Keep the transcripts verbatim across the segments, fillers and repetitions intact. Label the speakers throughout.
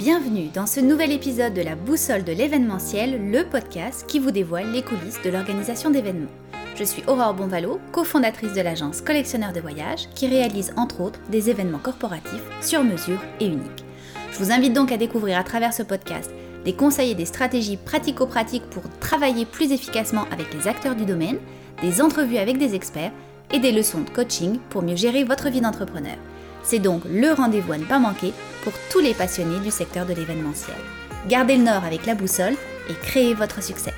Speaker 1: Bienvenue dans ce nouvel épisode de la Boussole de l'événementiel, le podcast qui vous dévoile les coulisses de l'organisation d'événements. Je suis Aurore Bonvalot, cofondatrice de l'agence Collectionneur de Voyages, qui réalise entre autres des événements corporatifs sur mesure et uniques. Je vous invite donc à découvrir à travers ce podcast des conseils et des stratégies pratico-pratiques pour travailler plus efficacement avec les acteurs du domaine, des entrevues avec des experts et des leçons de coaching pour mieux gérer votre vie d'entrepreneur. C'est donc le rendez-vous à ne pas manquer pour tous les passionnés du secteur de l'événementiel. Gardez le nord avec la boussole et créez votre succès.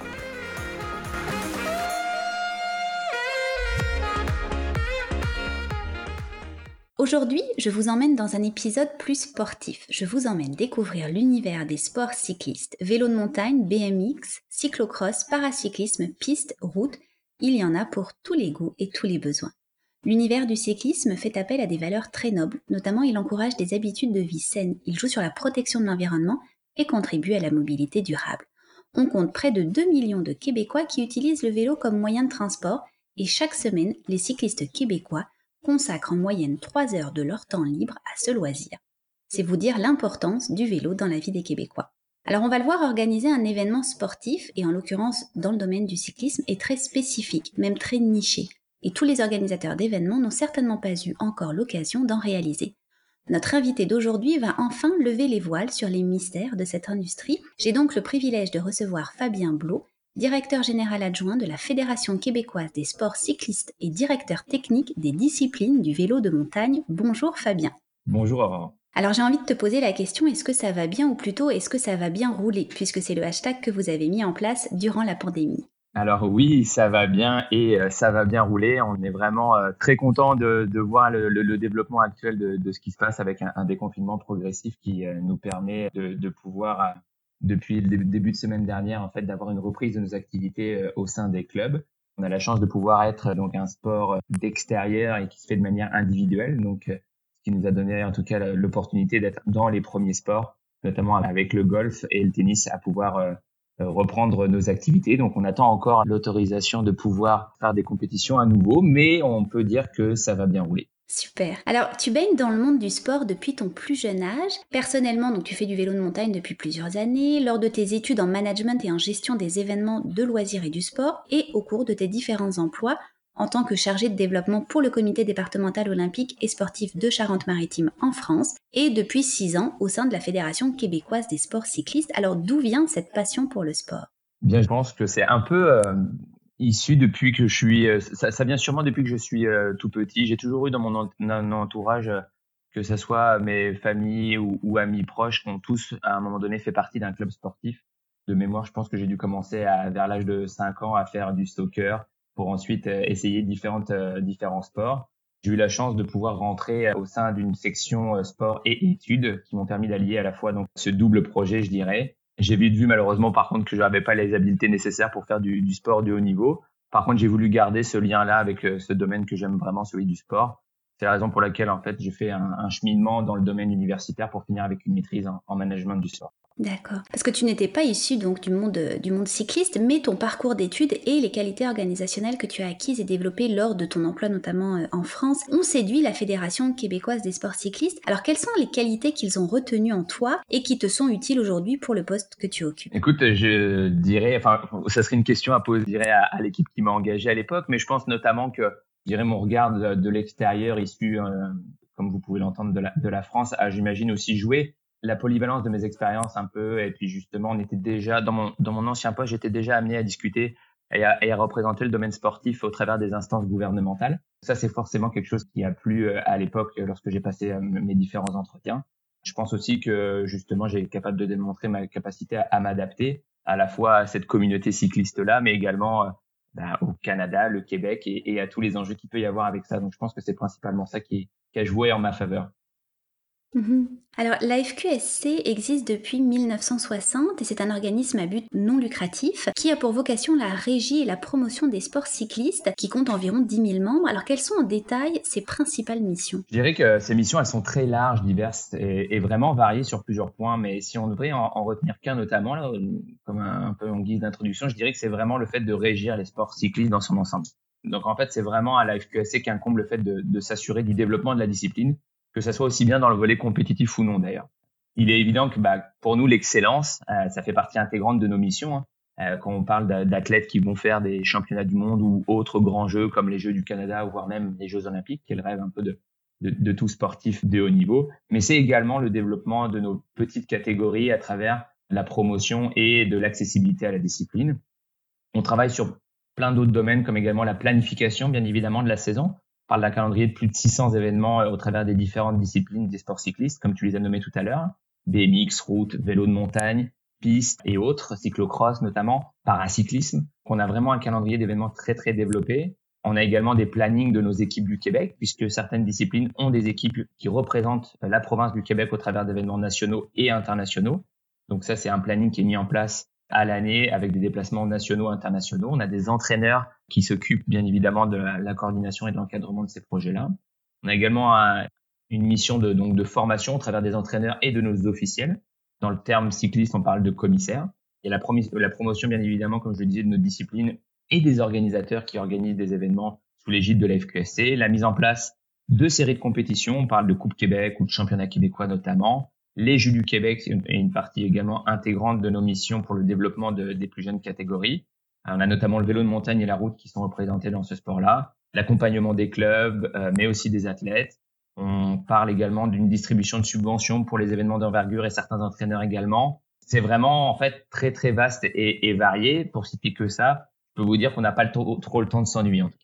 Speaker 1: Aujourd'hui, je vous emmène dans un épisode plus sportif. Je vous emmène découvrir l'univers des sports cyclistes, vélo de montagne, B M X, cyclocross, paracyclisme, piste, route. Il y en a pour tous les goûts et tous les besoins. L'univers du cyclisme fait appel à des valeurs très nobles, notamment il encourage des habitudes de vie saines, il joue sur la protection de l'environnement et contribue à la mobilité durable. On compte près de deux millions de Québécois qui utilisent le vélo comme moyen de transport et chaque semaine, les cyclistes québécois consacrent en moyenne trois heures de leur temps libre à ce loisir. C'est vous dire l'importance du vélo dans la vie des Québécois. Alors on va le voir, organiser un événement sportif, et en l'occurrence dans le domaine du cyclisme, est très spécifique, même très niché. Et tous les organisateurs d'événements n'ont certainement pas eu encore l'occasion d'en réaliser. Notre invité d'aujourd'hui va enfin lever les voiles sur les mystères de cette industrie. J'ai donc le privilège de recevoir Fabien Blot, directeur général adjoint de la Fédération québécoise des sports cyclistes et directeur technique des disciplines du vélo de montagne. Bonjour Fabien.
Speaker 2: Bonjour Aurore.
Speaker 1: Alors j'ai envie de te poser la question, est-ce que ça va bien ou plutôt est-ce que ça va bien rouler, puisque c'est le hashtag que vous avez mis en place durant la pandémie.
Speaker 2: Alors oui, ça va bien et euh, ça va bien rouler. On est vraiment euh, très content de, de voir le, le, le développement actuel de, de ce qui se passe avec un, un déconfinement progressif qui euh, nous permet de, de pouvoir, euh, depuis le début de semaine dernière, en fait, d'avoir une reprise de nos activités euh, au sein des clubs. On a la chance de pouvoir être donc un sport d'extérieur et qui se fait de manière individuelle, donc euh, ce qui nous a donné en tout cas l'opportunité d'être dans les premiers sports, notamment avec le golf et le tennis, à pouvoir euh, reprendre nos activités. Donc, on attend encore l'autorisation de pouvoir faire des compétitions à nouveau, mais on peut dire que ça va bien rouler.
Speaker 1: Super. Alors, tu baignes dans le monde du sport depuis ton plus jeune âge. Personnellement, donc tu fais du vélo de montagne depuis plusieurs années, lors de tes études en management et en gestion des événements de loisirs et du sport, et au cours de tes différents emplois en tant que chargé de développement pour le comité départemental olympique et sportif de Charente-Maritime en France, et depuis six ans au sein de la Fédération québécoise des sports cyclistes. Alors, d'où vient cette passion pour le sport ?
Speaker 2: Bien, je pense que c'est un peu euh, issu depuis que je suis... Euh, ça, ça vient sûrement depuis que je suis euh, tout petit. J'ai toujours eu dans mon en, entourage, euh, que ce soit mes familles ou, ou amis proches, qui ont tous, à un moment donné, fait partie d'un club sportif. De mémoire, je pense que j'ai dû commencer à, vers l'âge de cinq ans à faire du soccer, pour ensuite euh, essayer différentes, euh, différents sports. J'ai eu la chance de pouvoir rentrer euh, au sein d'une section euh, sport et études qui m'ont permis d'allier à la fois donc ce double projet, je dirais. J'ai vite vu malheureusement par contre que je n'avais pas les habiletés nécessaires pour faire du, du sport de haut niveau. Par contre, j'ai voulu garder ce lien-là avec euh, ce domaine que j'aime vraiment, celui du sport. C'est la raison pour laquelle en fait j'ai fait un, un cheminement dans le domaine universitaire pour finir avec une maîtrise en, en management du sport.
Speaker 1: D'accord. Parce que tu n'étais pas issu donc du monde, euh, du monde cycliste, mais ton parcours d'études et les qualités organisationnelles que tu as acquises et développées lors de ton emploi notamment euh, en France ont séduit la Fédération québécoise des sports cyclistes. Alors quelles sont les qualités qu'ils ont retenues en toi et qui te sont utiles aujourd'hui pour le poste que tu occupes ?
Speaker 2: Écoute, je dirais, enfin, ça serait une question à poser, je dirais, à, à l'équipe qui m'a engagé à l'époque, mais je pense notamment que, je dirais, mon regard de, de l'extérieur issu, euh, comme vous pouvez l'entendre, de la, de la France, a, j'imagine, aussi joué. La polyvalence de mes expériences un peu, et puis justement, on était déjà, dans mon, dans mon ancien poste, j'étais déjà amené à discuter et à, et à représenter le domaine sportif au travers des instances gouvernementales. Ça, c'est forcément quelque chose qui a plu à l'époque lorsque j'ai passé mes différents entretiens. Je pense aussi que justement, j'ai été capable de démontrer ma capacité à, à m'adapter à la fois à cette communauté cycliste-là, mais également euh, ben, au Canada, le Québec et, et à tous les enjeux qu'il peut y avoir avec ça. Donc, je pense que c'est principalement ça qui, qui a joué en ma faveur.
Speaker 1: Mmh. Alors, la F Q S C existe depuis mille neuf cent soixante et c'est un organisme à but non lucratif qui a pour vocation la régie et la promotion des sports cyclistes qui compte environ dix mille membres. Alors, quelles sont en détail ses principales missions ?
Speaker 2: Je dirais que ces missions, elles sont très larges, diverses et, et vraiment variées sur plusieurs points. Mais si on devrait en, en retenir qu'un notamment, là, comme un, un peu en guise d'introduction, je dirais que c'est vraiment le fait de régir les sports cyclistes dans son ensemble. Donc, en fait, c'est vraiment à la F Q S C qu'incombe le fait de, de s'assurer du développement de la discipline, que ça soit aussi bien dans le volet compétitif ou non d'ailleurs. Il est évident que bah, pour nous, l'excellence, euh, ça fait partie intégrante de nos missions, hein. Euh, quand on parle d'a- d'athlètes qui vont faire des championnats du monde ou autres grands jeux comme les Jeux du Canada, voire même les Jeux olympiques, qui est le rêve un peu de, de, de tout sportif de haut niveau. Mais c'est également le développement de nos petites catégories à travers la promotion et de l'accessibilité à la discipline. On travaille sur plein d'autres domaines comme également la planification, bien évidemment, de la saison. On parle d'un calendrier de plus de six cents événements euh, au travers des différentes disciplines des sports cyclistes, comme tu les as nommés tout à l'heure. B M X, route, vélo de montagne, piste et autres, cyclocross notamment, paracyclisme. On a vraiment un calendrier d'événements très, très développé. On a également des plannings de nos équipes du Québec, puisque certaines disciplines ont des équipes qui représentent la province du Québec au travers d'événements nationaux et internationaux. Donc ça, c'est un planning qui est mis en place à l'année avec des déplacements nationaux, internationaux. On a des entraîneurs qui s'occupent bien évidemment de la, la coordination et de l'encadrement de ces projets-là. On a également un, une mission de, donc, de formation au travers des entraîneurs et de nos officiels. Dans le terme cycliste, on parle de commissaire. Il y a la, promis, la promotion, bien évidemment, comme je le disais, de nos disciplines et des organisateurs qui organisent des événements sous l'égide de la F Q S C. La mise en place de séries de compétitions. On parle de Coupe Québec ou de championnat québécois notamment. Les Jeux du Québec, c'est une, une partie également intégrante de nos missions pour le développement de, des plus jeunes catégories. On a notamment le vélo de montagne et la route qui sont représentés dans ce sport-là. L'accompagnement des clubs, euh, mais aussi des athlètes. On parle également d'une distribution de subventions pour les événements d'envergure et certains entraîneurs également. C'est vraiment en fait très très vaste et, et varié. Pour citer que ça, je peux vous dire qu'on n'a pas le trop, trop le temps de s'ennuyer en tout cas.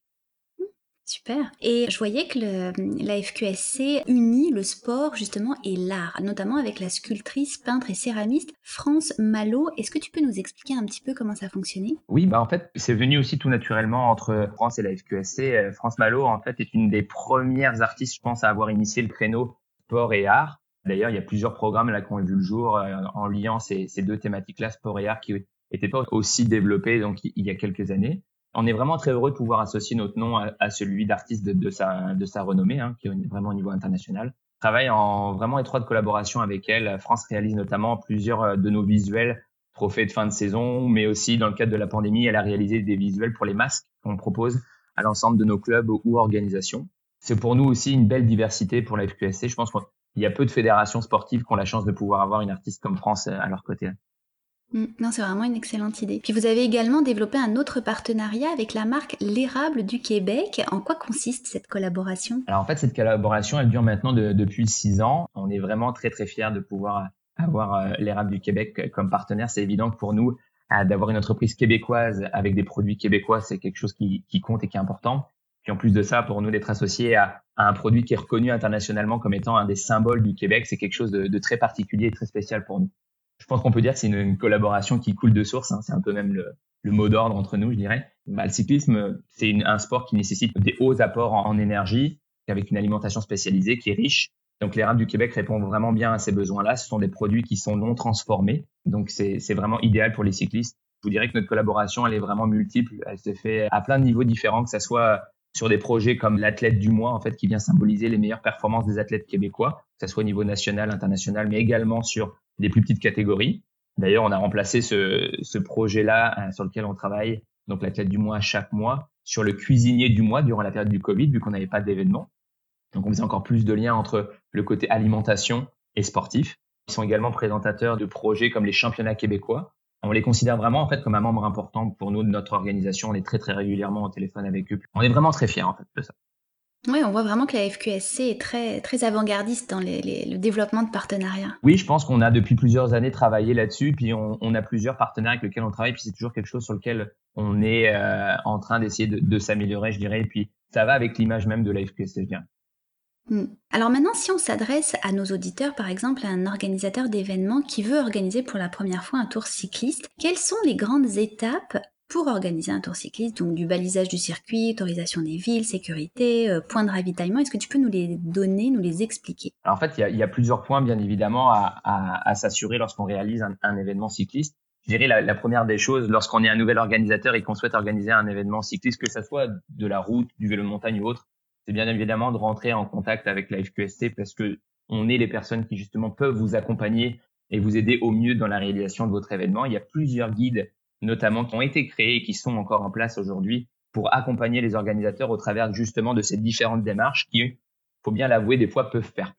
Speaker 1: Super. Et je voyais que le, la F Q S C unit le sport justement et l'art, notamment avec la sculptrice, peintre et céramiste France Malo. Est-ce que tu peux nous expliquer un petit peu comment ça fonctionnait?
Speaker 2: Oui, bah en fait, c'est venu aussi tout naturellement entre France et la F Q S C. Euh, France Malo, en fait, est une des premières artistes, je pense, à avoir initié le créneau sport et art. D'ailleurs, il y a plusieurs programmes là qui ont vu le jour euh, en liant ces, ces deux thématiques-là, sport et art, qui n'étaient pas aussi développés donc il y a quelques années. On est vraiment très heureux de pouvoir associer notre nom à, à celui d'artiste de, de sa de sa renommée, hein, qui est vraiment au niveau international. On travaille en vraiment étroite collaboration avec elle. France réalise notamment plusieurs de nos visuels trophée de fin de saison, mais aussi dans le cadre de la pandémie, elle a réalisé des visuels pour les masques qu'on propose à l'ensemble de nos clubs ou organisations. C'est pour nous aussi une belle diversité pour la F Q S C. Je pense qu'il y a peu de fédérations sportives qui ont la chance de pouvoir avoir une artiste comme France à leur côté.
Speaker 1: Mm, non, c'est vraiment une excellente idée. Puis vous avez également développé un autre partenariat avec la marque L'Érable du Québec. En quoi consiste cette collaboration?
Speaker 2: Alors en fait, cette collaboration, elle dure maintenant de, depuis six ans. On est vraiment très très fiers de pouvoir avoir euh, l'Érable du Québec comme partenaire. C'est évident que pour nous, euh, d'avoir une entreprise québécoise avec des produits québécois, c'est quelque chose qui, qui compte et qui est important. Puis en plus de ça, pour nous d'être associés à, à un produit qui est reconnu internationalement comme étant un des symboles du Québec, c'est quelque chose de, de très particulier et très spécial pour nous. Je pense qu'on peut dire que c'est une, une collaboration qui coule de source, hein. C'est un peu même le, le mot d'ordre entre nous, je dirais. Bah, le cyclisme, c'est une, un sport qui nécessite des hauts apports en, en énergie, avec une alimentation spécialisée qui est riche. Donc l'Érable du Québec répond vraiment bien à ces besoins-là. Ce sont des produits qui sont non transformés, donc c'est, c'est vraiment idéal pour les cyclistes. Je vous dirais que notre collaboration, elle est vraiment multiple. Elle se fait à plein de niveaux différents, que ça soit sur des projets comme l'athlète du mois, en fait, qui vient symboliser les meilleures performances des athlètes québécois, que ça soit au niveau national, international, mais également sur des plus petites catégories. D'ailleurs, on a remplacé ce, ce projet-là euh, sur lequel on travaille, donc l'athlète du mois chaque mois, sur le cuisinier du mois durant la période du Covid, vu qu'on n'avait pas d'événement. Donc, on faisait encore plus de liens entre le côté alimentation et sportif. Ils sont également présentateurs de projets comme les championnats québécois. On les considère vraiment en fait comme un membre important pour nous de notre organisation. On est très très régulièrement au téléphone avec eux. On est vraiment très fiers en fait de ça.
Speaker 1: Oui, on voit vraiment que la F Q S C est très, très avant-gardiste dans les, les, le développement de partenariats.
Speaker 2: Oui, je pense qu'on a depuis plusieurs années travaillé là-dessus, puis on, on a plusieurs partenaires avec lesquels on travaille, puis c'est toujours quelque chose sur lequel on est euh, en train d'essayer de, de s'améliorer, je dirais, et puis ça va avec l'image même de la F Q S C, je dirais.
Speaker 1: Mm. Alors maintenant, si on s'adresse à nos auditeurs, par exemple à un organisateur d'événements qui veut organiser pour la première fois un tour cycliste, quelles sont les grandes étapes pour organiser un tour cycliste? Donc du balisage du circuit, autorisation des villes, sécurité, euh, points de ravitaillement. Est-ce que tu peux nous les donner, nous les expliquer?
Speaker 2: Alors en fait, il y a, il y a plusieurs points, bien évidemment, à, à, à s'assurer lorsqu'on réalise un, un événement cycliste. Je dirais la, la première des choses, lorsqu'on est un nouvel organisateur et qu'on souhaite organiser un événement cycliste, que ça soit de la route, du vélo de montagne ou autre, c'est bien évidemment de rentrer en contact avec la F Q S C parce que on est les personnes qui justement peuvent vous accompagner et vous aider au mieux dans la réalisation de votre événement. Il y a plusieurs guides, notamment, qui ont été créés et qui sont encore en place aujourd'hui pour accompagner les organisateurs au travers justement de ces différentes démarches qui, faut bien l'avouer, des fois peuvent faire peur.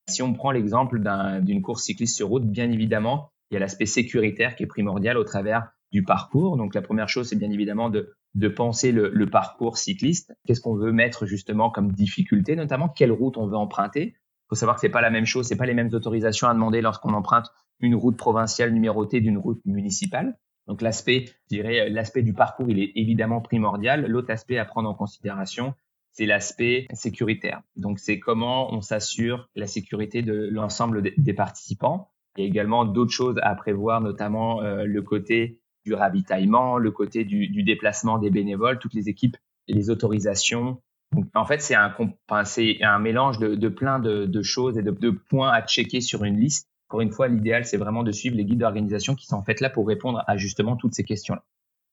Speaker 2: Si on prend l'exemple d'un, d'une course cycliste sur route, bien évidemment, il y a l'aspect sécuritaire qui est primordial au travers du parcours. Donc la première chose, c'est bien évidemment de, de penser le, le parcours cycliste. Qu'est-ce qu'on veut mettre justement comme difficulté, notamment quelle route on veut emprunter. Il faut savoir que c'est pas la même chose, c'est pas les mêmes autorisations à demander lorsqu'on emprunte une route provinciale numérotée d'une route municipale. Donc l'aspect, je dirais, l'aspect du parcours, il est évidemment primordial. L'autre aspect à prendre en considération, c'est l'aspect sécuritaire. Donc c'est comment on s'assure la sécurité de l'ensemble des, des participants. Il y a également d'autres choses à prévoir, notamment euh, le côté du ravitaillement, le côté du, du déplacement des bénévoles, toutes les équipes, les autorisations. Donc, en fait, c'est un, enfin, c'est un mélange de, de plein de, de choses et de, de points à checker sur une liste. Encore une fois, l'idéal, c'est vraiment de suivre les guides d'organisation qui sont en fait là pour répondre à justement toutes ces questions-là.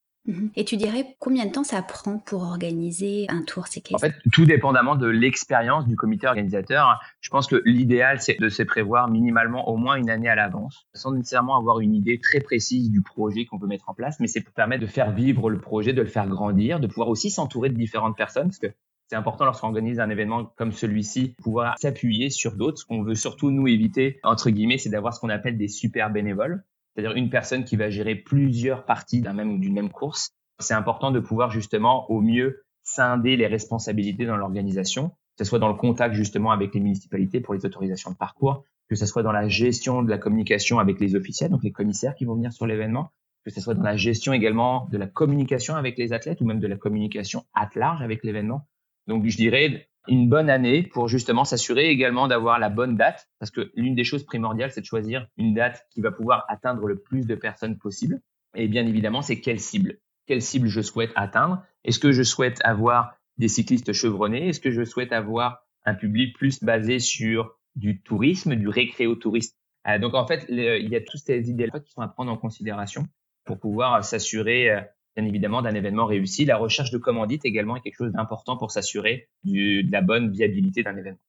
Speaker 1: Et tu dirais combien de temps ça prend pour organiser un tour cycliste?
Speaker 2: En fait, tout dépendamment de l'expérience du comité organisateur. Je pense que l'idéal, c'est de se prévoir minimalement au moins une année à l'avance, sans nécessairement avoir une idée très précise du projet qu'on veut mettre en place, mais c'est pour permettre de faire vivre le projet, de le faire grandir, de pouvoir aussi s'entourer de différentes personnes, parce que c'est important lorsqu'on organise un événement comme celui-ci, pouvoir s'appuyer sur d'autres. Ce qu'on veut surtout nous éviter, entre guillemets, c'est d'avoir ce qu'on appelle des super bénévoles, c'est-à-dire une personne qui va gérer plusieurs parties d'un même ou d'une même course. C'est important de pouvoir justement au mieux scinder les responsabilités dans l'organisation, que ce soit dans le contact justement avec les municipalités pour les autorisations de parcours, que ce soit dans la gestion de la communication avec les officiels, donc les commissaires qui vont venir sur l'événement, que ce soit dans la gestion également de la communication avec les athlètes ou même de la communication at large avec l'événement. Donc je dirais une bonne année pour justement s'assurer également d'avoir la bonne date, parce que l'une des choses primordiales, c'est de choisir une date qui va pouvoir atteindre le plus de personnes possible. Et bien évidemment, c'est quelle cible Quelle cible je souhaite atteindre? Est-ce que je souhaite avoir des cyclistes chevronnés? Est-ce que je souhaite avoir un public plus basé sur du tourisme, du récréotourisme? Euh, donc en fait, le, il y a toutes ces idées-là qui sont à prendre en considération pour pouvoir s'assurer, euh, bien évidemment, d'un événement réussi. La recherche de commandites également est quelque chose d'important pour s'assurer du, de la bonne viabilité d'un événement.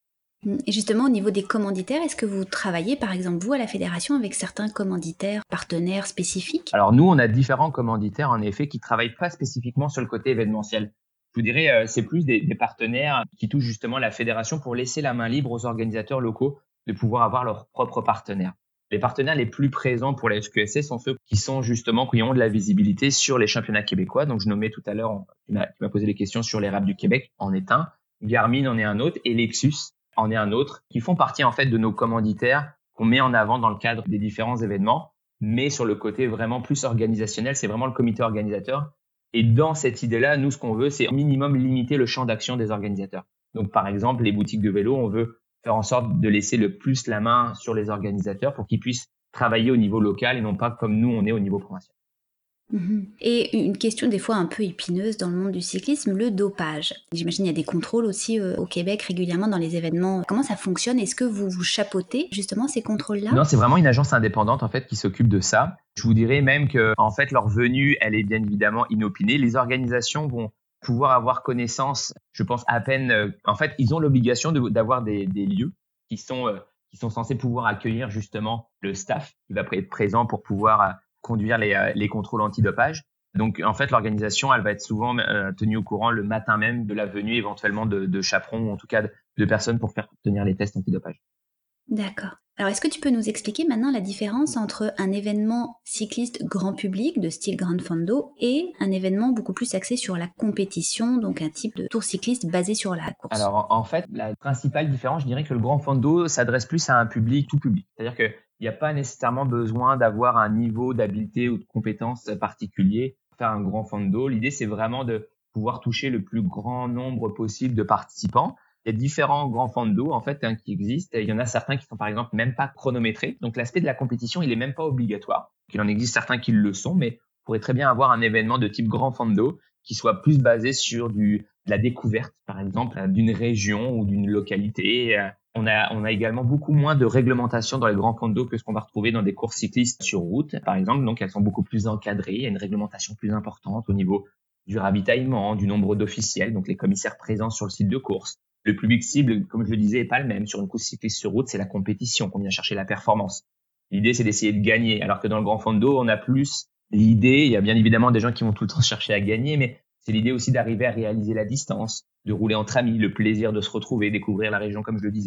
Speaker 1: Et justement, au niveau des commanditaires, est-ce que vous travaillez, par exemple, vous, à la fédération, avec certains commanditaires, partenaires spécifiques?
Speaker 2: Alors nous, on a différents commanditaires, en effet, qui travaillent pas spécifiquement sur le côté événementiel. Je vous dirais, euh, c'est plus des, des partenaires qui touchent justement la fédération pour laisser la main libre aux organisateurs locaux de pouvoir avoir leurs propres partenaires. Les partenaires les plus présents pour la S Q S C sont ceux qui sont justement, qui ont de la visibilité sur les championnats québécois. Donc je nommais tout à l'heure, tu m'as, tu m'as posé des questions sur les Raps du Québec, en est un. Garmin en est un autre et Lexus en est un autre, qui font partie en fait de nos commanditaires qu'on met en avant dans le cadre des différents événements. Mais sur le côté vraiment plus organisationnel, c'est vraiment le comité organisateur. Et dans cette idée-là, nous, ce qu'on veut, c'est au minimum limiter le champ d'action des organisateurs. Donc, par exemple, les boutiques de vélo, on veut faire en sorte de laisser le plus la main sur les organisateurs pour qu'ils puissent travailler au niveau local et non pas comme nous, on est au niveau provincial.
Speaker 1: Mmh. Et une question des fois un peu épineuse dans le monde du cyclisme, le dopage. J'imagine il y a des contrôles aussi euh, au Québec régulièrement dans les événements. Comment ça fonctionne? Est-ce que vous vous chapeautez justement ces contrôles-là?
Speaker 2: Non, c'est vraiment une agence indépendante en fait qui s'occupe de ça. Je vous dirais même que en fait leur venue, elle est bien évidemment inopinée. Les organisations vont pouvoir avoir connaissance, je pense à peine. Euh, en fait, ils ont l'obligation de, d'avoir des, des lieux qui sont euh, qui sont censés pouvoir accueillir justement le staff qui va être présent pour pouvoir euh, conduire les, euh, les contrôles antidopage. Donc en fait, l'organisation, elle va être souvent euh, tenue au courant le matin même de la venue éventuellement de, de chaperons ou en tout cas de, de personnes pour faire tenir les tests antidopage.
Speaker 1: D'accord. Alors, est-ce que tu peux nous expliquer maintenant la différence entre un événement cycliste grand public de style Gran Fondo et un événement beaucoup plus axé sur la compétition, donc un type de tour cycliste basé sur la course?
Speaker 2: Alors en, en fait, la principale différence, je dirais que le Grand Fondo s'adresse plus à un public tout public. C'est-à-dire qu'il n'y a pas nécessairement besoin d'avoir un niveau d'habileté ou de compétence particulier pour faire un Grand Fondo. L'idée, c'est vraiment de pouvoir toucher le plus grand nombre possible de participants. Il y a différents grands fondos en fait hein, qui existent. Il y en a certains qui sont par exemple même pas chronométrés. Donc l'aspect de la compétition, il est même pas obligatoire. Il en existe certains qui le sont, mais on pourrait très bien avoir un événement de type grand fondo qui soit plus basé sur du de la découverte, par exemple, d'une région ou d'une localité. On a on a également beaucoup moins de réglementation dans les grands fondos que ce qu'on va retrouver dans des courses cyclistes sur route, par exemple. Donc elles sont beaucoup plus encadrées. Il y a une réglementation plus importante au niveau du ravitaillement, du nombre d'officiels, donc les commissaires présents sur le site de course. Le public cible, comme je le disais, est pas le même. Sur une course cycliste sur route, c'est la compétition qu'on vient chercher la performance. L'idée, c'est d'essayer de gagner. Alors que dans le grand fondo, on a plus l'idée, il y a bien évidemment des gens qui vont tout le temps chercher à gagner, mais c'est l'idée aussi d'arriver à réaliser la distance, de rouler entre amis, le plaisir de se retrouver, découvrir la région, comme je le disais.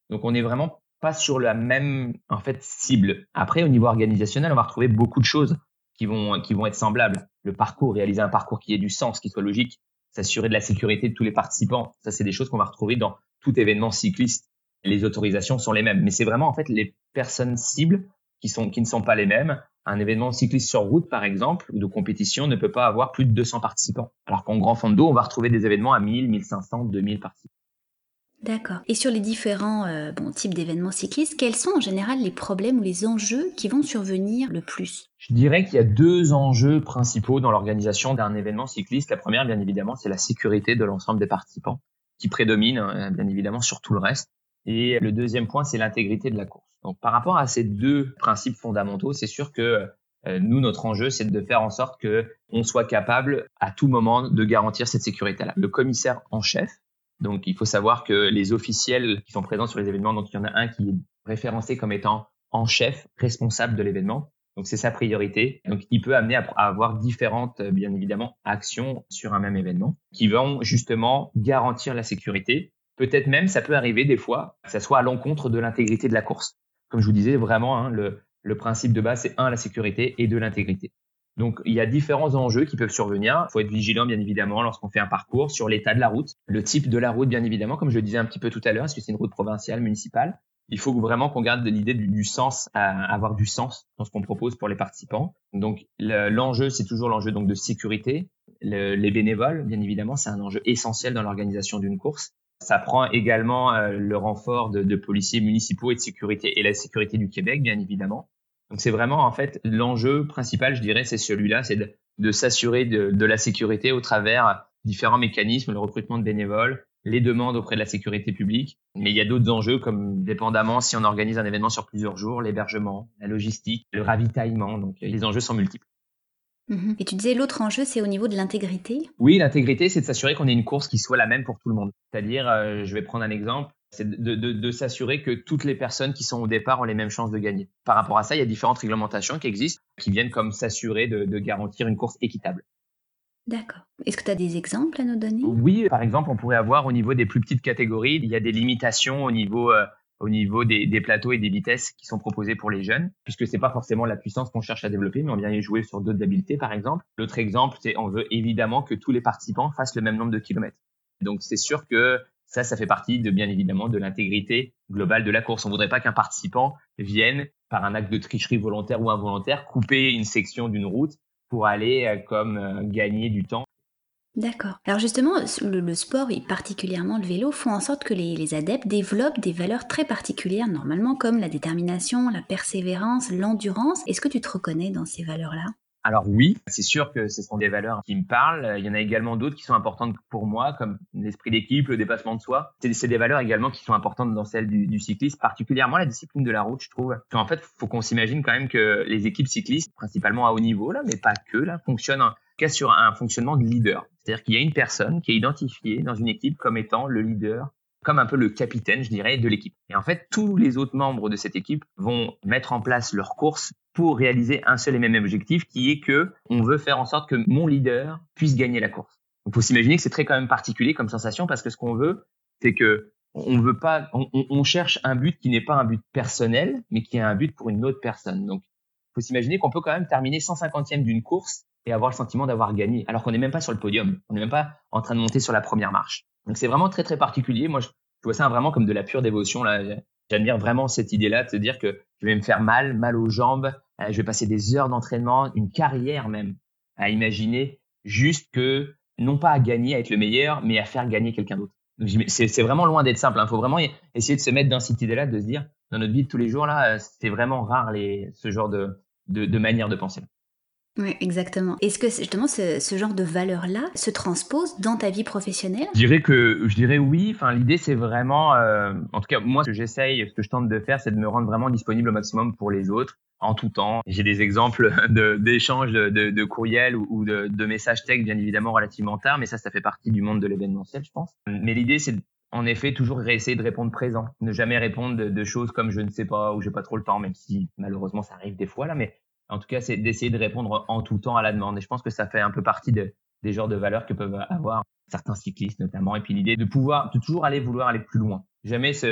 Speaker 2: Donc, on n'est vraiment pas sur la même en fait cible. Après, au niveau organisationnel, on va retrouver beaucoup de choses qui vont qui vont être semblables. Le parcours, réaliser un parcours qui ait du sens, qui soit logique, s'assurer de la sécurité de tous les participants. Ça, c'est des choses qu'on va retrouver dans tout événement cycliste. Les autorisations sont les mêmes, mais c'est vraiment en fait les personnes cibles qui sont qui ne sont pas les mêmes. Un événement cycliste sur route, par exemple, ou de compétition, ne peut pas avoir plus de deux cents participants. Alors qu'en grand fondo, on va retrouver des événements à mille, mille cinq cents, deux mille participants.
Speaker 1: D'accord. Et sur les différents euh, bon, types d'événements cyclistes, quels sont en général les problèmes ou les enjeux qui vont survenir le plus?
Speaker 2: Je dirais qu'il y a deux enjeux principaux dans l'organisation d'un événement cycliste. La première, bien évidemment, c'est la sécurité de l'ensemble des participants, qui prédomine, hein, bien évidemment, sur tout le reste. Et le deuxième point, c'est l'intégrité de la course. Donc, par rapport à ces deux principes fondamentaux, c'est sûr que euh, nous, notre enjeu, c'est de faire en sorte que on soit capable, à tout moment, de garantir cette sécurité-là. Le commissaire en chef, donc il faut savoir que les officiels qui sont présents sur les événements, donc il y en a un qui est référencé comme étant en chef, responsable de l'événement. Donc, c'est sa priorité. Donc, il peut amener à, à avoir différentes, bien évidemment, actions sur un même événement qui vont justement garantir la sécurité. Peut-être même, ça peut arriver des fois, que ça soit à l'encontre de l'intégrité de la course. Comme je vous disais, vraiment, hein, le, le principe de base, c'est un, la sécurité et deux, l'intégrité. Donc, il y a différents enjeux qui peuvent survenir. Il faut être vigilant, bien évidemment, lorsqu'on fait un parcours sur l'état de la route, le type de la route, bien évidemment, comme je le disais un petit peu tout à l'heure, est-ce que c'est une route provinciale, municipale? Il faut vraiment qu'on garde l'idée du, du sens, à avoir du sens dans ce qu'on propose pour les participants. Donc, le, l'enjeu, c'est toujours l'enjeu donc de sécurité. Le, les bénévoles, bien évidemment, c'est un enjeu essentiel dans l'organisation d'une course. Ça prend également euh, le renfort de, de policiers municipaux et de sécurité et la sécurité du Québec, bien évidemment. Donc, c'est vraiment, en fait, l'enjeu principal, je dirais, c'est celui-là, c'est de, de s'assurer de, de la sécurité au travers différents mécanismes, le recrutement de bénévoles, les demandes auprès de la sécurité publique. Mais il y a d'autres enjeux comme dépendamment si on organise un événement sur plusieurs jours, l'hébergement, la logistique, le ravitaillement. Donc, les enjeux sont multiples.
Speaker 1: Mmh. Et tu disais l'autre enjeu, c'est au niveau de l'intégrité?
Speaker 2: Oui, l'intégrité, c'est de s'assurer qu'on ait une course qui soit la même pour tout le monde. C'est-à-dire, euh, je vais prendre un exemple, c'est de, de, de s'assurer que toutes les personnes qui sont au départ ont les mêmes chances de gagner. Par rapport à ça, il y a différentes réglementations qui existent, qui viennent comme s'assurer de, de garantir une course équitable.
Speaker 1: D'accord. Est-ce que tu as des exemples à nous donner?
Speaker 2: Oui, par exemple, on pourrait avoir au niveau des plus petites catégories, il y a des limitations au niveau euh, au niveau des, des plateaux et des vitesses qui sont proposés pour les jeunes, puisque c'est pas forcément la puissance qu'on cherche à développer, mais on vient y jouer sur d'autres habiletés, par exemple. L'autre exemple, c'est on veut évidemment que tous les participants fassent le même nombre de kilomètres. Donc, c'est sûr que ça, ça fait partie de, bien évidemment, de l'intégrité globale de la course. On voudrait pas qu'un participant vienne, par un acte de tricherie volontaire ou involontaire, couper une section d'une route pour aller euh, comme euh, gagner du temps.
Speaker 1: D'accord. Alors justement, le, le sport et particulièrement le vélo font en sorte que les, les adeptes développent des valeurs très particulières normalement comme la détermination, la persévérance, l'endurance. Est-ce que tu te reconnais dans ces valeurs-là?
Speaker 2: Alors oui, c'est sûr que ce sont des valeurs qui me parlent. Il y en a également d'autres qui sont importantes pour moi, comme l'esprit d'équipe, le dépassement de soi. C'est, c'est des valeurs également qui sont importantes dans celle du, du cyclisme, particulièrement la discipline de la route, je trouve. En fait, faut qu'on s'imagine quand même que les équipes cyclistes, principalement à haut niveau, là, mais pas que, là, fonctionnent en tout cas sur un fonctionnement de leader. C'est-à-dire qu'il y a une personne qui est identifiée dans une équipe comme étant le leader, comme un peu le capitaine, je dirais, de l'équipe. Et en fait, tous les autres membres de cette équipe vont mettre en place leur course pour réaliser un seul et même objectif, qui est que on veut faire en sorte que mon leader puisse gagner la course. Donc, faut s'imaginer que c'est très quand même particulier comme sensation, parce que ce qu'on veut, c'est que on veut pas, on, on cherche un but qui n'est pas un but personnel, mais qui est un but pour une autre personne. Donc, faut s'imaginer qu'on peut quand même terminer cent cinquantième d'une course et avoir le sentiment d'avoir gagné, alors qu'on n'est même pas sur le podium, on n'est même pas en train de monter sur la première marche. Donc, c'est vraiment très très particulier. Moi, je, je vois ça vraiment comme de la pure dévotion là. J'admire vraiment cette idée-là de se dire que je vais me faire mal, mal aux jambes, euh, je vais passer des heures d'entraînement, une carrière même, à imaginer juste que, non pas à gagner, à être le meilleur, mais à faire gagner quelqu'un d'autre. Donc, c'est, c'est vraiment loin d'être simple. Il hein. faut vraiment essayer de se mettre dans cette idée-là, de se dire, dans notre vie de tous les jours, là, c'est vraiment rare les, ce genre de, de, de manière de penser.
Speaker 1: Oui, exactement. Est-ce que justement ce, ce genre de valeurs-là se transpose dans ta vie professionnelle?
Speaker 2: Je dirais que je dirais oui. Enfin, l'idée c'est vraiment, euh, en tout cas moi ce que j'essaye, ce que je tente de faire, c'est de me rendre vraiment disponible au maximum pour les autres en tout temps. J'ai des exemples de d'échanges de, de, de courriels ou, ou de, de messages textes bien évidemment relativement tard, mais ça ça fait partie du monde de l'événementiel, je pense. Mais l'idée c'est en effet toujours essayer de répondre présent, ne jamais répondre de, de choses comme je ne sais pas ou j'ai pas trop le temps, même si malheureusement ça arrive des fois là, mais en tout cas, c'est d'essayer de répondre en tout temps à la demande. Et je pense que ça fait un peu partie de, des genres de valeurs que peuvent avoir certains cyclistes notamment. Et puis l'idée de pouvoir, de toujours aller vouloir aller plus loin. Jamais se,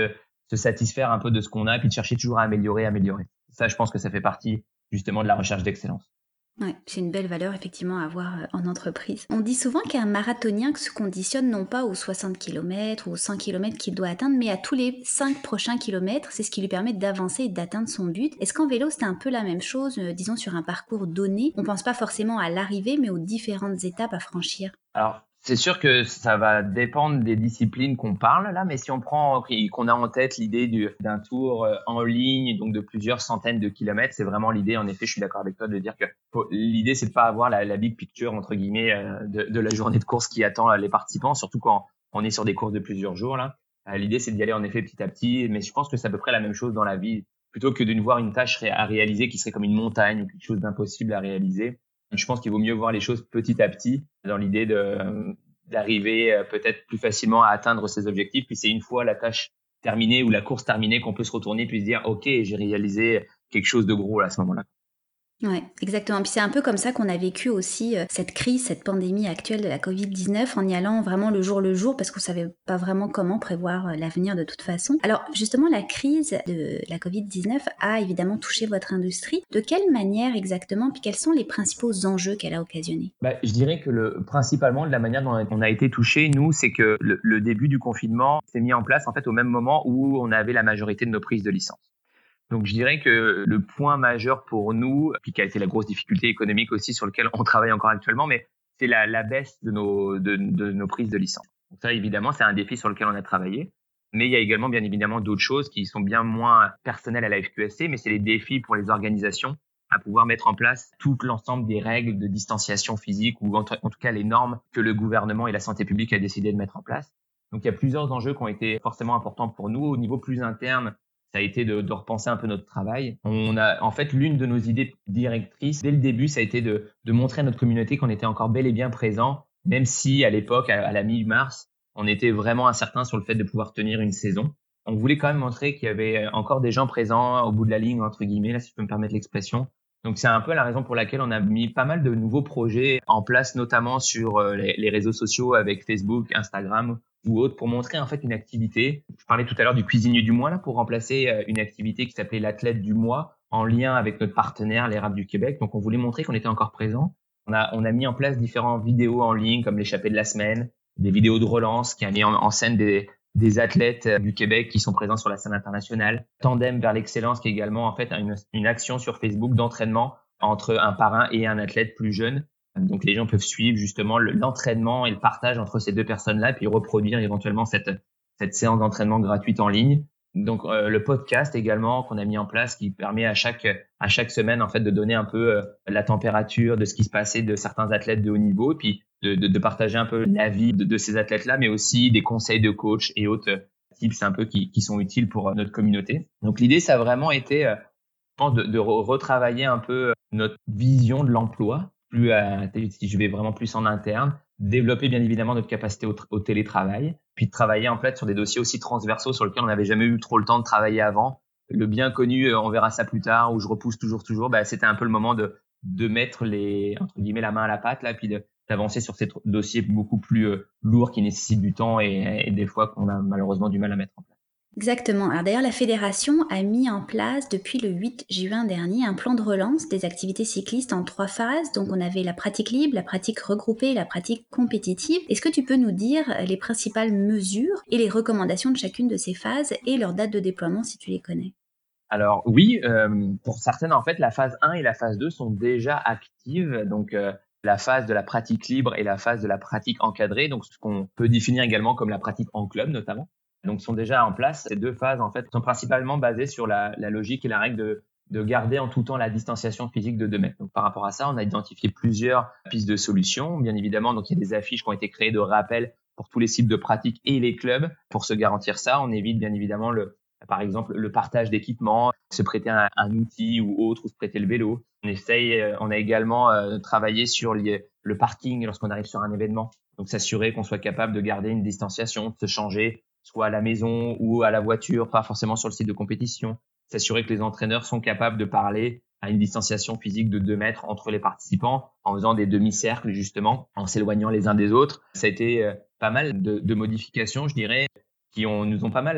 Speaker 2: se satisfaire un peu de ce qu'on a, puis de chercher toujours à améliorer, améliorer. Ça, je pense que ça fait partie justement de la recherche d'excellence.
Speaker 1: Ouais, c'est une belle valeur effectivement à avoir euh, en entreprise. On dit souvent qu'un marathonien se conditionne non pas aux soixante kilomètres ou aux cent kilomètres qu'il doit atteindre, mais à tous les cinq prochains kilomètres. C'est ce qui lui permet d'avancer et d'atteindre son but. Est-ce qu'en vélo, c'est un peu la même chose, euh, disons sur un parcours donné? On pense pas forcément à l'arrivée, mais aux différentes étapes à franchir.
Speaker 2: Alors, c'est sûr que ça va dépendre des disciplines qu'on parle là, mais si on prend qu'on a en tête l'idée du, d'un tour euh, en ligne, donc de plusieurs centaines de kilomètres, c'est vraiment l'idée. En effet, je suis d'accord avec toi de dire que faut- l'idée c'est de pas avoir la, la big picture entre guillemets euh, de, de la journée de course qui attend euh, les participants, surtout quand on est sur des courses de plusieurs jours là. Euh, l'idée c'est d'y aller en effet petit à petit, mais je pense que c'est à peu près la même chose dans la vie, plutôt que de ne voir une tâche ré- à réaliser qui serait comme une montagne ou quelque chose d'impossible à réaliser. Je pense qu'il vaut mieux voir les choses petit à petit dans l'idée de d'arriver euh, peut-être plus facilement à atteindre ses objectifs. Puis c'est une fois la tâche terminée ou la course terminée qu'on peut se retourner puis se dire OK, j'ai réalisé quelque chose de gros là, à ce moment-là.
Speaker 1: Ouais, exactement. Puis c'est un peu comme ça qu'on a vécu aussi euh, cette crise, cette pandémie actuelle de la covid dix-neuf en y allant vraiment le jour le jour parce qu'on savait pas vraiment comment prévoir euh, l'avenir de toute façon. Alors justement, la crise de la covid dix-neuf a évidemment touché votre industrie. De quelle manière exactement? Puis quels sont les principaux enjeux qu'elle a occasionnés?
Speaker 2: Bah, je dirais que le, principalement de la manière dont on a été touché, nous, c'est que le, le début du confinement s'est mis en place en fait au même moment où on avait la majorité de nos prises de licence. Donc je dirais que le point majeur pour nous, puis qui a été la grosse difficulté économique aussi sur lequel on travaille encore actuellement, mais c'est la, la baisse de nos, de, de nos prises de licence. Donc ça, évidemment, c'est un défi sur lequel on a travaillé. Mais il y a également, bien évidemment, d'autres choses qui sont bien moins personnelles à la F Q S C, mais c'est les défis pour les organisations à pouvoir mettre en place tout l'ensemble des règles de distanciation physique ou en, t- en tout cas les normes que le gouvernement et la santé publique a décidé de mettre en place. Donc il y a plusieurs enjeux qui ont été forcément importants pour nous. Au niveau plus interne, ça a été de, de repenser un peu notre travail. On a, en fait, l'une de nos idées directrices, dès le début, ça a été de, de montrer à notre communauté qu'on était encore bel et bien présent, même si à l'époque, à, à la mi-mars, on était vraiment incertain sur le fait de pouvoir tenir une saison. On voulait quand même montrer qu'il y avait encore des gens présents au bout de la ligne, entre guillemets, là, si je peux me permettre l'expression. Donc, c'est un peu la raison pour laquelle on a mis pas mal de nouveaux projets en place, notamment sur euh, les, les réseaux sociaux avec Facebook, Instagram ou autres, pour montrer en fait une activité. Je parlais tout à l'heure du cuisinier du mois là, pour remplacer euh, une activité qui s'appelait l'athlète du mois, en lien avec notre partenaire, les Raps du Québec. Donc, on voulait montrer qu'on était encore présent. On a, on a mis en place différentes vidéos en ligne, comme l'échappée de la semaine, des vidéos de relance qui a mis en, en scène des, des athlètes du Québec qui sont présents sur la scène internationale. Tandem vers l'excellence, qui est également en fait une, une action sur Facebook d'entraînement entre un parrain et un athlète plus jeune. Donc les gens peuvent suivre justement le- l'entraînement et le partage entre ces deux personnes-là, puis reproduire éventuellement cette, cette séance d'entraînement gratuite en ligne. Donc euh, le podcast également qu'on a mis en place qui permet à chaque à chaque semaine en fait de donner un peu euh, la température de ce qui se passait de certains athlètes de haut niveau, et puis de, de, de partager un peu la vie de, de ces athlètes-là, mais aussi des conseils de coach et autres tips un peu qui, qui sont utiles pour euh, notre communauté. Donc l'idée ça a vraiment été euh, je pense de, de re- retravailler un peu notre vision de l'emploi, plus à, si je vais vraiment plus en interne, développer bien évidemment notre capacité au, tr- au télétravail, puis de travailler en fait sur des dossiers aussi transversaux sur lesquels on n'avait jamais eu trop le temps de travailler avant. Le bien connu, euh, on verra ça plus tard, où je repousse toujours, toujours, bah, c'était un peu le moment de, de mettre les, entre guillemets, la main à la pâte, là, puis de, d'avancer sur ces tr- dossiers beaucoup plus euh, lourds qui nécessitent du temps et, et des fois qu'on a malheureusement du mal à mettre en place.
Speaker 1: Exactement. Alors d'ailleurs, la fédération a mis en place depuis le huit juin dernier un plan de relance des activités cyclistes en trois phases. Donc on avait la pratique libre, la pratique regroupée et la pratique compétitive. Est-ce que tu peux nous dire les principales mesures et les recommandations de chacune de ces phases et leur date de déploiement si tu les connais?
Speaker 2: Alors oui, euh, pour certaines, en fait, la phase un et la phase deux sont déjà actives. Donc, euh, la phase de la pratique libre et la phase de la pratique encadrée, donc ce qu'on peut définir également comme la pratique en club notamment, donc sont déjà en place. Ces deux phases, en fait, sont principalement basées sur la, la logique et la règle de, de garder en tout temps la distanciation physique de deux mètres. Donc, par rapport à ça, on a identifié plusieurs pistes de solutions, bien évidemment. Donc, il y a des affiches qui ont été créées de rappel pour tous les sites de pratique et les clubs. Pour se garantir ça, on évite bien évidemment le par exemple, le partage d'équipements, se prêter un, un outil ou autre, ou se prêter le vélo. On essaye, euh, on a également euh, travaillé sur les, le parking lorsqu'on arrive sur un événement. Donc, s'assurer qu'on soit capable de garder une distanciation, de se changer, soit à la maison ou à la voiture, pas forcément sur le site de compétition. S'assurer que les entraîneurs sont capables de parler à une distanciation physique de deux mètres entre les participants en faisant des demi-cercles, justement, en s'éloignant les uns des autres. Ça a été euh, pas mal de, de modifications, je dirais, qui ont, nous ont pas mal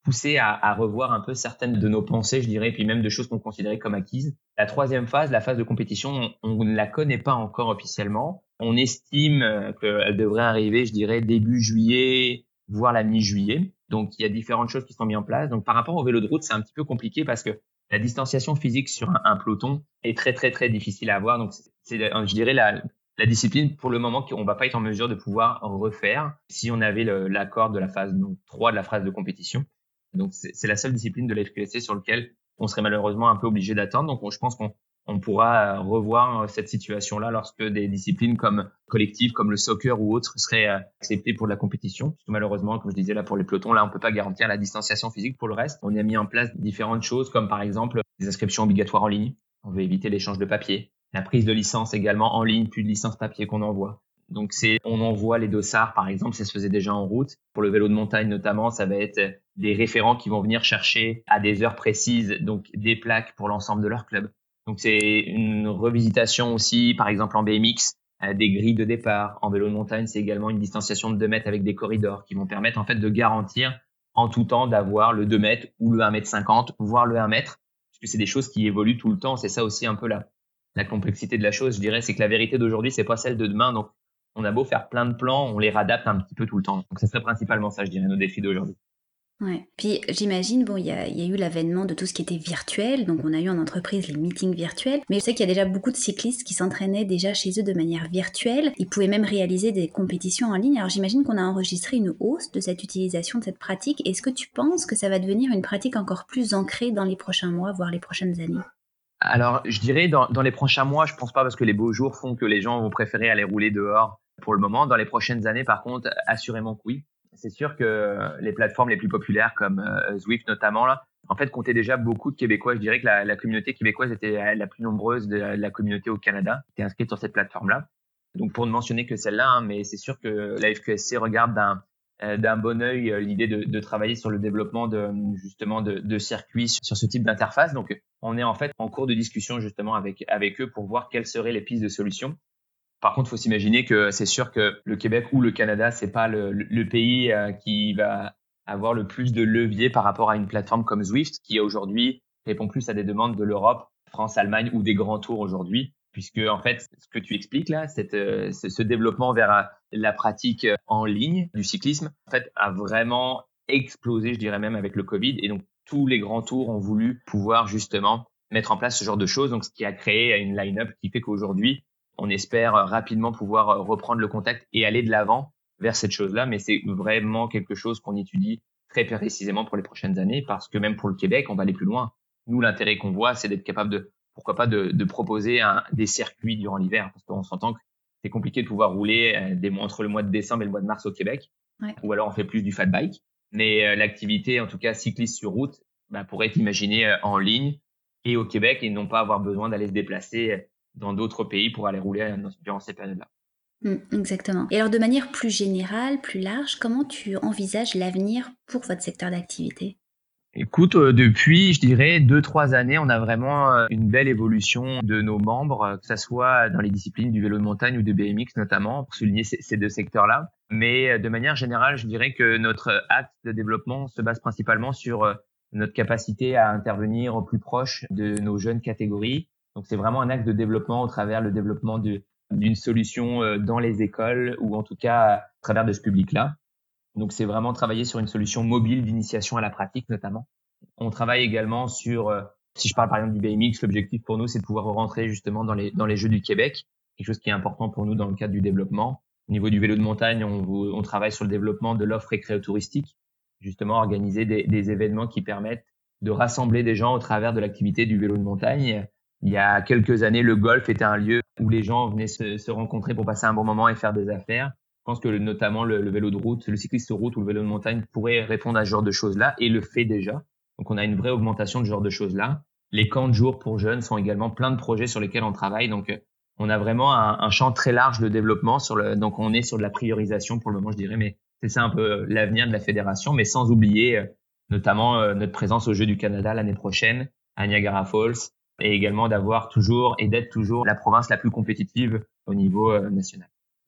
Speaker 2: poussé à, à revoir un peu certaines de nos pensées, je dirais, puis même de choses qu'on considérait comme acquises. La troisième phase, la phase de compétition, on, on ne la connaît pas encore officiellement. On estime euh, qu'elle devrait arriver, je dirais, début juillet, voire la mi-juillet. Donc, il y a différentes choses qui sont mises en place. Donc, par rapport au vélo de route, c'est un petit peu compliqué parce que la distanciation physique sur un, un peloton est très, très, très difficile à avoir. Donc, c'est, je dirais, la, la discipline, pour le moment, qu'on va pas être en mesure de pouvoir refaire si on avait le, l'accord de la phase donc, trois de la phase de compétition. Donc, c'est, c'est la seule discipline de la F Q S C sur laquelle on serait malheureusement un peu obligé d'attendre. Donc, on, je pense qu'on on pourra revoir cette situation-là lorsque des disciplines comme collectives, comme le soccer ou autres, seraient acceptées pour de la compétition. Parce que malheureusement, comme je disais là pour les pelotons, là, on peut pas garantir la distanciation physique pour le reste. On a mis en place différentes choses comme par exemple des inscriptions obligatoires en ligne. On veut éviter l'échange de papier. La prise de licence également en ligne, plus de licence papier qu'on envoie. Donc, c'est, on envoie les dossards, par exemple, ça se faisait déjà en route. Pour le vélo de montagne, notamment, ça va être des référents qui vont venir chercher à des heures précises, donc des plaques pour l'ensemble de leur club. Donc, c'est une revisitation aussi, par exemple, en B M X, euh, des grilles de départ. En vélo de montagne, c'est également une distanciation de deux mètres avec des corridors qui vont permettre, en fait, de garantir en tout temps d'avoir le deux mètres ou le un mètre cinquante, voire le un mètre, puisque c'est des choses qui évoluent tout le temps. C'est ça aussi un peu la, la complexité de la chose, je dirais, c'est que la vérité d'aujourd'hui, c'est pas celle de demain. Donc, on a beau faire plein de plans, on les réadapte un petit peu tout le temps. Donc, ça serait principalement ça, je dirais, nos défis d'aujourd'hui.
Speaker 1: Ouais. Puis j'imagine, bon, il y a, y a eu l'avènement de tout ce qui était virtuel, donc on a eu en entreprise les meetings virtuels, mais je sais qu'il y a déjà beaucoup de cyclistes qui s'entraînaient déjà chez eux de manière virtuelle, ils pouvaient même réaliser des compétitions en ligne, alors j'imagine qu'on a enregistré une hausse de cette utilisation, de cette pratique. Est-ce que tu penses que ça va devenir une pratique encore plus ancrée dans les prochains mois, voire les prochaines années?
Speaker 2: Alors, je dirais dans, dans les prochains mois, je pense pas parce que les beaux jours font que les gens vont préférer aller rouler dehors pour le moment. Dans les prochaines années, par contre, assurément que oui. C'est sûr que les plateformes les plus populaires comme euh, Zwift notamment, là, en fait, comptaient déjà beaucoup de Québécois. Je dirais que la, la communauté québécoise était la plus nombreuse de la, de la communauté au Canada, qui était inscrite sur cette plateforme-là. Donc, pour ne mentionner que celle-là, hein, mais c'est sûr que la F Q S C regarde d'un euh, d'un bon œil euh, l'idée de, de travailler sur le développement de justement de, de circuits sur, sur ce type d'interface. Donc, on est en fait en cours de discussion justement avec avec eux pour voir quelles seraient les pistes de solutions. Par contre, il faut s'imaginer que c'est sûr que le Québec ou le Canada, c'est pas le, le, le pays euh, qui va avoir le plus de levier par rapport à une plateforme comme Zwift, qui aujourd'hui répond plus à des demandes de l'Europe, France, Allemagne ou des grands tours aujourd'hui, puisque en fait, ce que tu expliques là, cette, euh, ce, ce développement vers euh, la pratique en ligne du cyclisme, en fait, a vraiment explosé, je dirais même avec le Covid, et donc tous les grands tours ont voulu pouvoir justement mettre en place ce genre de choses, donc ce qui a créé une line-up qui fait qu'aujourd'hui on espère rapidement pouvoir reprendre le contact et aller de l'avant vers cette chose-là, mais c'est vraiment quelque chose qu'on étudie très précisément pour les prochaines années, parce que même pour le Québec, on va aller plus loin. Nous, l'intérêt qu'on voit, c'est d'être capable de, pourquoi pas, de, de proposer un, des circuits durant l'hiver, parce qu'on s'entend que c'est compliqué de pouvoir rouler des, entre le mois de décembre et le mois de mars au Québec,
Speaker 1: Ouais.
Speaker 2: ou alors on fait plus du fat bike, mais euh, l'activité, en tout cas cycliste sur route, bah, pourrait être imaginée euh, en ligne et au Québec, et non pas avoir besoin d'aller se déplacer dans d'autres pays pour aller rouler durant ces périodes-là.
Speaker 1: Mmh, exactement. Et alors de manière plus générale, plus large, comment tu envisages l'avenir pour votre secteur d'activité?
Speaker 2: Écoute, euh, depuis, je dirais, deux, trois années, on a vraiment euh, une belle évolution de nos membres, euh, que ça soit dans les disciplines du vélo de montagne ou de B M X notamment, pour souligner ces, ces deux secteurs-là. Mais euh, de manière générale, je dirais que notre axe de développement se base principalement sur euh, notre capacité à intervenir au plus proche de nos jeunes catégories. Donc, c'est vraiment un axe de développement au travers le développement de, d'une solution euh, dans les écoles ou en tout cas à travers de ce public-là. Donc, c'est vraiment travailler sur une solution mobile d'initiation à la pratique, notamment. On travaille également sur, euh, si je parle par exemple du B M X, l'objectif pour nous, c'est de pouvoir rentrer justement dans les, dans les Jeux du Québec, quelque chose qui est important pour nous dans le cadre du développement. Au niveau du vélo de montagne, on, on travaille sur le développement de l'offre récréo-touristique, justement organiser des, des événements qui permettent de rassembler des gens au travers de l'activité du vélo de montagne. Il y a quelques années, le golf était un lieu où les gens venaient se, se rencontrer pour passer un bon moment et faire des affaires. Je pense que le, notamment le, le vélo de route, le cycliste de route ou le vélo de montagne pourrait répondre à ce genre de choses-là et le fait déjà. Donc, on a une vraie augmentation de ce genre de choses-là. Les camps de jour pour jeunes sont également plein de projets sur lesquels on travaille. Donc, on a vraiment un, un champ très large de développement sur le, donc on est sur de la priorisation pour le moment, je dirais, mais c'est ça un peu l'avenir de la fédération, mais sans oublier notamment notre présence aux Jeux du Canada l'année prochaine à Niagara Falls et également d'avoir toujours et d'être toujours la province la plus compétitive au niveau national.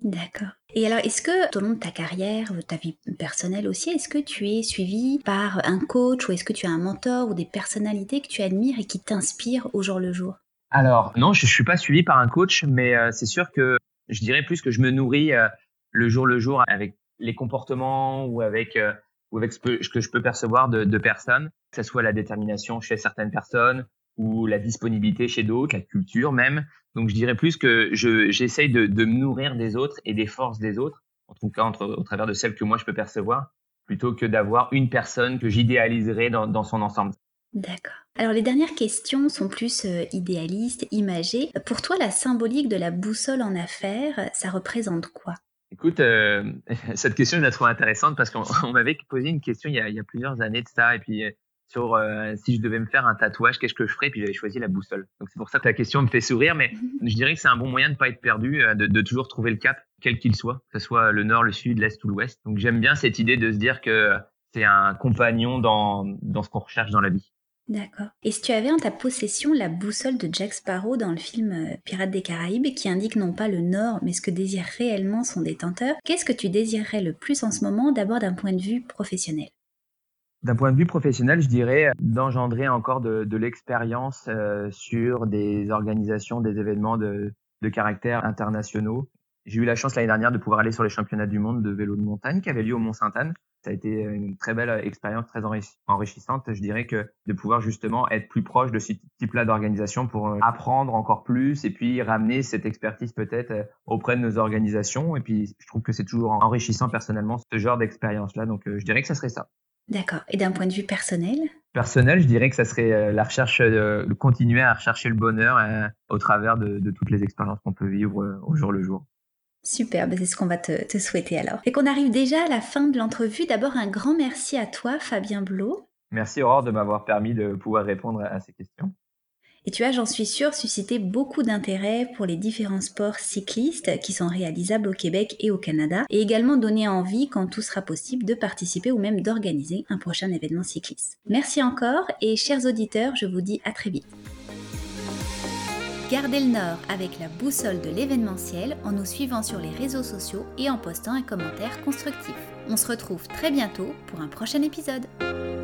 Speaker 1: D'accord. Et alors, est-ce que tout au long de ta carrière, de ta vie personnelle aussi, est-ce que tu es suivi par un coach ou est-ce que tu as un mentor ou des personnalités que tu admires et qui t'inspirent au jour le jour?
Speaker 2: Alors non, je, je suis pas suivi par un coach, mais euh, c'est sûr que je dirais plus que je me nourris euh, le jour le jour avec les comportements ou avec euh, ou avec ce que, ce que je peux percevoir de, de personnes, que ce soit la détermination chez certaines personnes ou la disponibilité chez d'autres, la culture même. Donc je dirais plus que je j'essaye de, de me nourrir des autres et des forces des autres, en tout cas entre, au travers de celles que moi je peux percevoir, plutôt que d'avoir une personne que j'idéaliserais dans, dans son ensemble.
Speaker 1: D'accord. Alors les dernières questions sont plus euh, idéalistes, imagées. Pour toi, la symbolique de la boussole en affaires, ça représente quoi?
Speaker 2: Écoute, heu, cette question, je la trouve intéressante parce qu'on on m'avait posé une question il y a il y a plusieurs années de ça et puis, heu, sur, heu, si je devais me faire un tatouage, qu'est-ce que je ferais? Puis j'avais choisi la boussole. Donc c'est pour ça que ta question me fait sourire, mais je dirais que c'est un bon moyen de pas être perdu, heu, de de toujours trouver le cap, quel qu'il soit, que ce soit le nord, le sud, l'est ou l'ouest. Donc j'aime bien cette idée de se dire que c'est un compagnon dans dans ce qu'on recherche dans la vie.
Speaker 1: D'accord. Et si tu avais en ta possession la boussole de Jack Sparrow dans le film euh, Pirates des Caraïbes, qui indique non pas le nord, mais ce que désire réellement son détenteur, qu'est-ce que tu désirerais le plus en ce moment, d'abord d'un point de vue professionnel?
Speaker 2: D'un point de vue professionnel, je dirais, d'engendrer encore de de l'expérience, heu, sur des organisations, des événements de de caractère internationaux. J'ai eu la chance l'année dernière de pouvoir aller sur les championnats du monde de vélo de montagne qui avaient lieu au Mont-Sainte-Anne. Ça a été une très belle expérience, très enrichi enrichissante. Je dirais que de pouvoir justement être plus proche de ce type-là d'organisation pour, heu, apprendre encore plus et puis ramener cette expertise peut-être, heu, auprès de nos organisations et puis je trouve que c'est toujours enrichissant personnellement ce genre d'expérience-là donc heu, je dirais que ça serait ça.
Speaker 1: D'accord. Et d'un point de vue personnel?
Speaker 2: Personnel, je dirais que ça serait, heu, la recherche, heu, de continuer à rechercher le bonheur, heu, au travers de de toutes les expériences qu'on peut vivre, heu, au jour le jour.
Speaker 1: Super, bah c'est ce qu'on va te, te souhaiter alors. Et qu'on arrive déjà à la fin de l'entrevue. D'abord, un grand merci à toi, Fabien Blot.
Speaker 2: Merci Aurore de m'avoir permis de pouvoir répondre à à ces questions.
Speaker 1: Et tu as, j'en suis sûre, suscité beaucoup d'intérêt pour les différents sports cyclistes qui sont réalisables au Québec et au Canada, et également donné envie, quand tout sera possible, de participer ou même d'organiser un prochain événement cycliste. Merci encore, et chers auditeurs, je vous dis à très vite. Gardez le nord avec la boussole de l'événementiel en nous suivant sur les réseaux sociaux et en postant un commentaire constructif. On se retrouve très bientôt pour un prochain épisode.